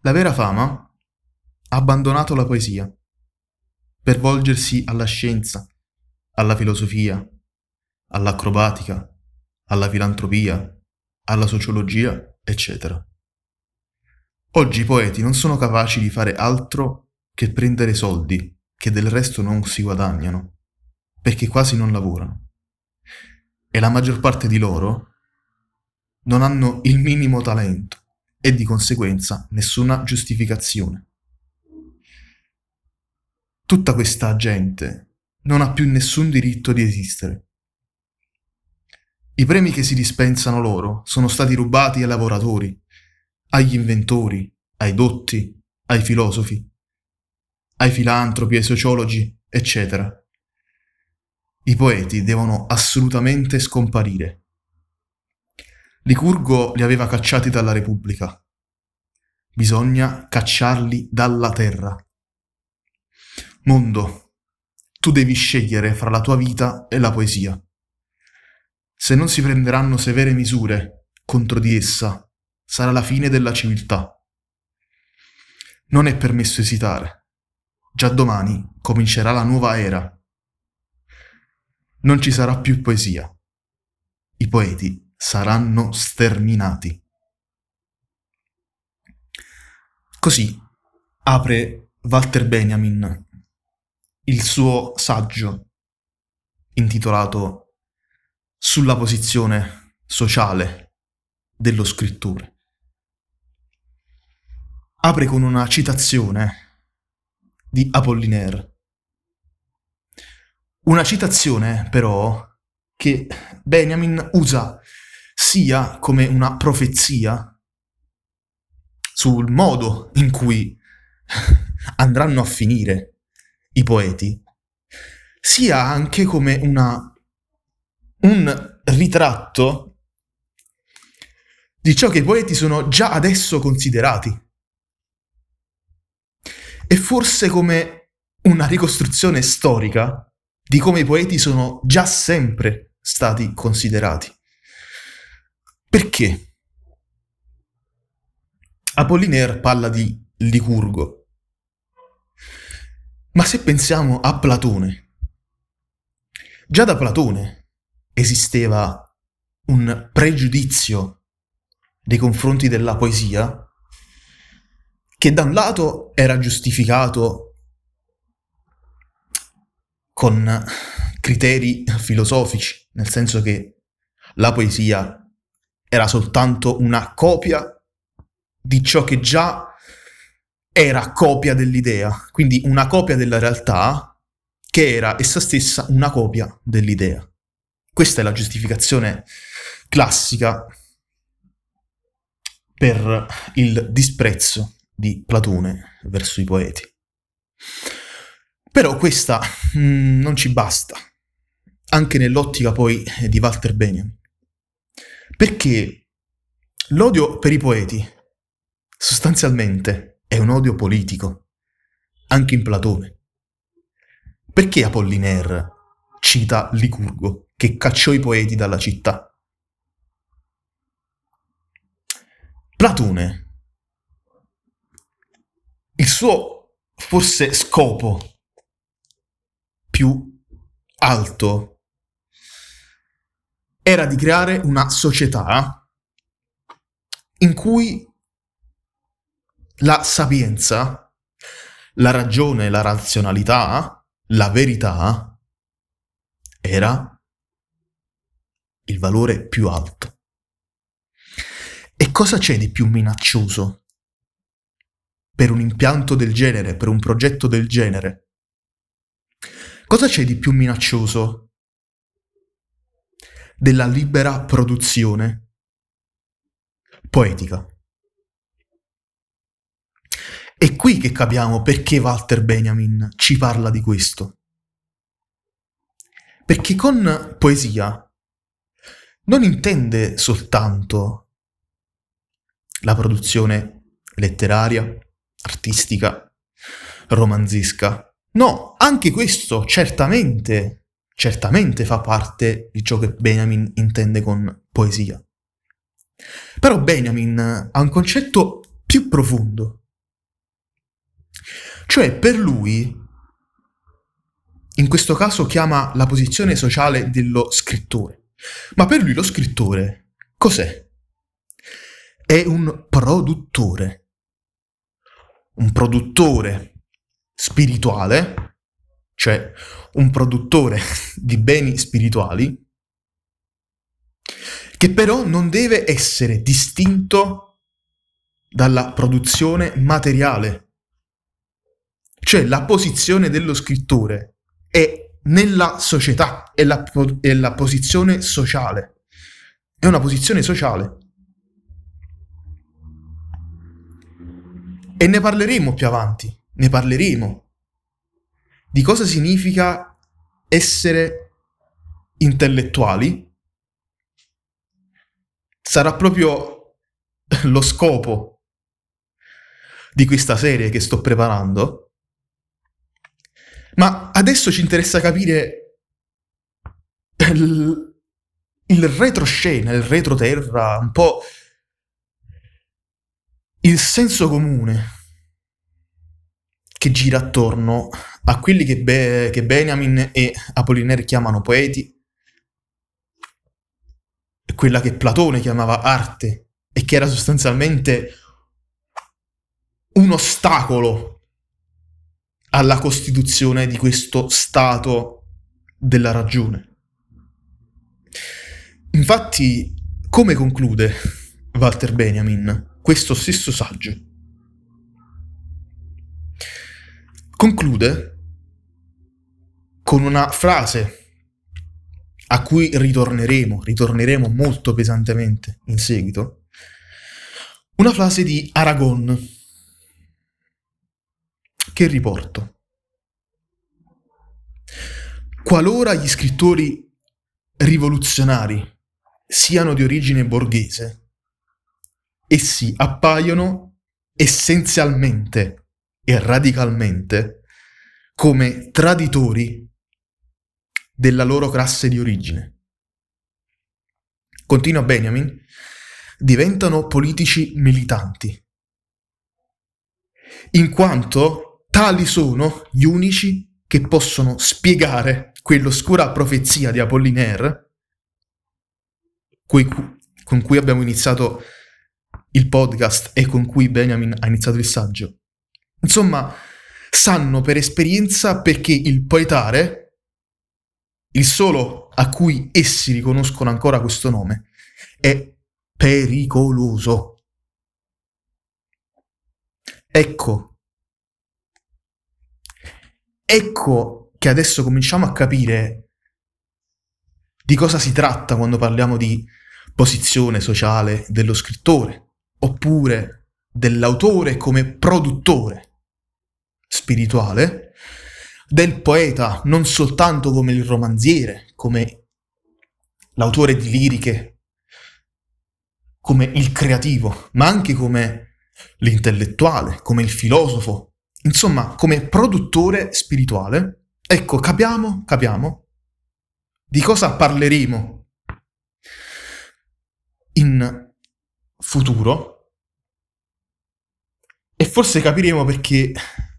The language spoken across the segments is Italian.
La vera fama ha abbandonato la poesia per volgersi alla scienza, alla filosofia, all'acrobatica, alla filantropia, alla sociologia, eccetera. Oggi i poeti non sono capaci di fare altro che prendere soldi, che del resto non si guadagnano, perché quasi non lavorano. E la maggior parte di loro non hanno il minimo talento e di conseguenza nessuna giustificazione. Tutta questa gente non ha più nessun diritto di esistere. I premi che si dispensano loro sono stati rubati ai lavoratori, agli inventori, ai dotti, ai filosofi, ai filantropi, ai sociologi, eccetera. I poeti devono assolutamente scomparire. Licurgo li aveva cacciati dalla Repubblica. Bisogna cacciarli dalla terra. Mondo, tu devi scegliere fra la tua vita e la poesia. Se non si prenderanno severe misure contro di essa, sarà la fine della civiltà. Non è permesso esitare. Già domani comincerà la nuova era. Non ci sarà più poesia. I poeti saranno sterminati. Così apre Walter Benjamin il suo saggio intitolato Sulla posizione sociale dello scrittore. Apre con una citazione di Apollinaire. Una citazione, però, che Benjamin usa sia come una profezia sul modo in cui andranno a finire i poeti, sia anche come un ritratto di ciò che i poeti sono già adesso considerati. E forse come una ricostruzione storica di come i poeti sono già sempre stati considerati. Perché? Apollinaire parla di Licurgo. Ma se pensiamo a Platone, già da Platone esisteva un pregiudizio nei confronti della poesia che da un lato era giustificato con criteri filosofici, nel senso che la poesia era soltanto una copia di ciò che già era copia dell'idea, quindi una copia della realtà che era essa stessa una copia dell'idea. Questa è la giustificazione classica per il disprezzo di Platone verso i poeti. Però questa non ci basta, anche nell'ottica poi di Walter Benjamin, perché l'odio per i poeti sostanzialmente è un odio politico, anche in Platone. Perché Apollinaire cita Licurgo, che cacciò i poeti dalla città? Platone, il suo forse scopo più alto era di creare una società in cui la sapienza, la ragione, la razionalità, la verità era il valore più alto. E cosa c'è di più minaccioso per un impianto del genere, per un progetto del genere? Cosa c'è di più minaccioso della libera produzione poetica? È qui che capiamo perché Walter Benjamin ci parla di questo. Perché con poesia non intende soltanto la produzione letteraria, artistica, romanzesca. No, anche questo certamente fa parte di ciò che Benjamin intende con poesia. Però Benjamin ha un concetto più profondo Cioè, per lui, in questo caso chiama la posizione sociale dello scrittore, ma per lui lo scrittore cos'è? È un produttore spirituale, cioè un produttore di beni spirituali, che però non deve essere distinto dalla produzione materiale. Cioè la posizione dello scrittore è nella società, è la posizione sociale. È una posizione sociale. E ne parleremo più avanti, ne parleremo di cosa significa essere intellettuali. Sarà proprio lo scopo di questa serie che sto preparando. Ma adesso ci interessa capire il retroscena, il retroterra, un po' il senso comune che gira attorno a quelli che Benjamin e Apollinaire chiamano poeti, e quella che Platone chiamava arte, e che era sostanzialmente un ostacolo alla costituzione di questo stato della ragione. Infatti, come conclude Walter Benjamin questo stesso saggio? Conclude con una frase a cui ritorneremo molto pesantemente in seguito, una frase di Aragon, che riporto. Qualora gli scrittori rivoluzionari siano di origine borghese, essi appaiono essenzialmente e radicalmente come traditori della loro classe di origine. Continua Benjamin, diventano politici militanti, in quanto tali sono gli unici che possono spiegare quell'oscura profezia di Apollinaire con cui abbiamo iniziato il podcast e con cui Benjamin ha iniziato il saggio. Insomma, sanno per esperienza perché il poetare, il solo a cui essi riconoscono ancora questo nome, è pericoloso. Ecco che adesso cominciamo a capire di cosa si tratta quando parliamo di posizione sociale dello scrittore, oppure dell'autore come produttore spirituale, del poeta non soltanto come il romanziere, come l'autore di liriche, come il creativo, ma anche come l'intellettuale, come il filosofo, insomma come produttore spirituale. Ecco, capiamo di cosa parleremo in futuro, e forse capiremo perché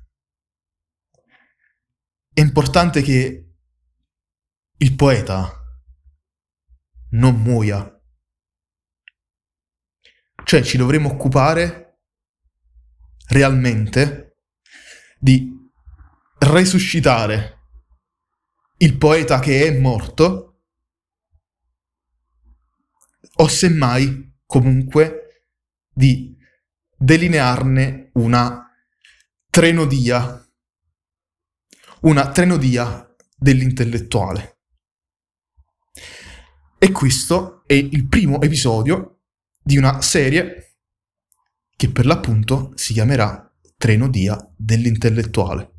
è importante che il poeta non muoia. Cioè ci dovremo occupare realmente di resuscitare il poeta che è morto, o semmai comunque di delinearne una trenodia dell'intellettuale. E questo è il primo episodio di una serie che per l'appunto si chiamerà Trenodia dell'intellettuale.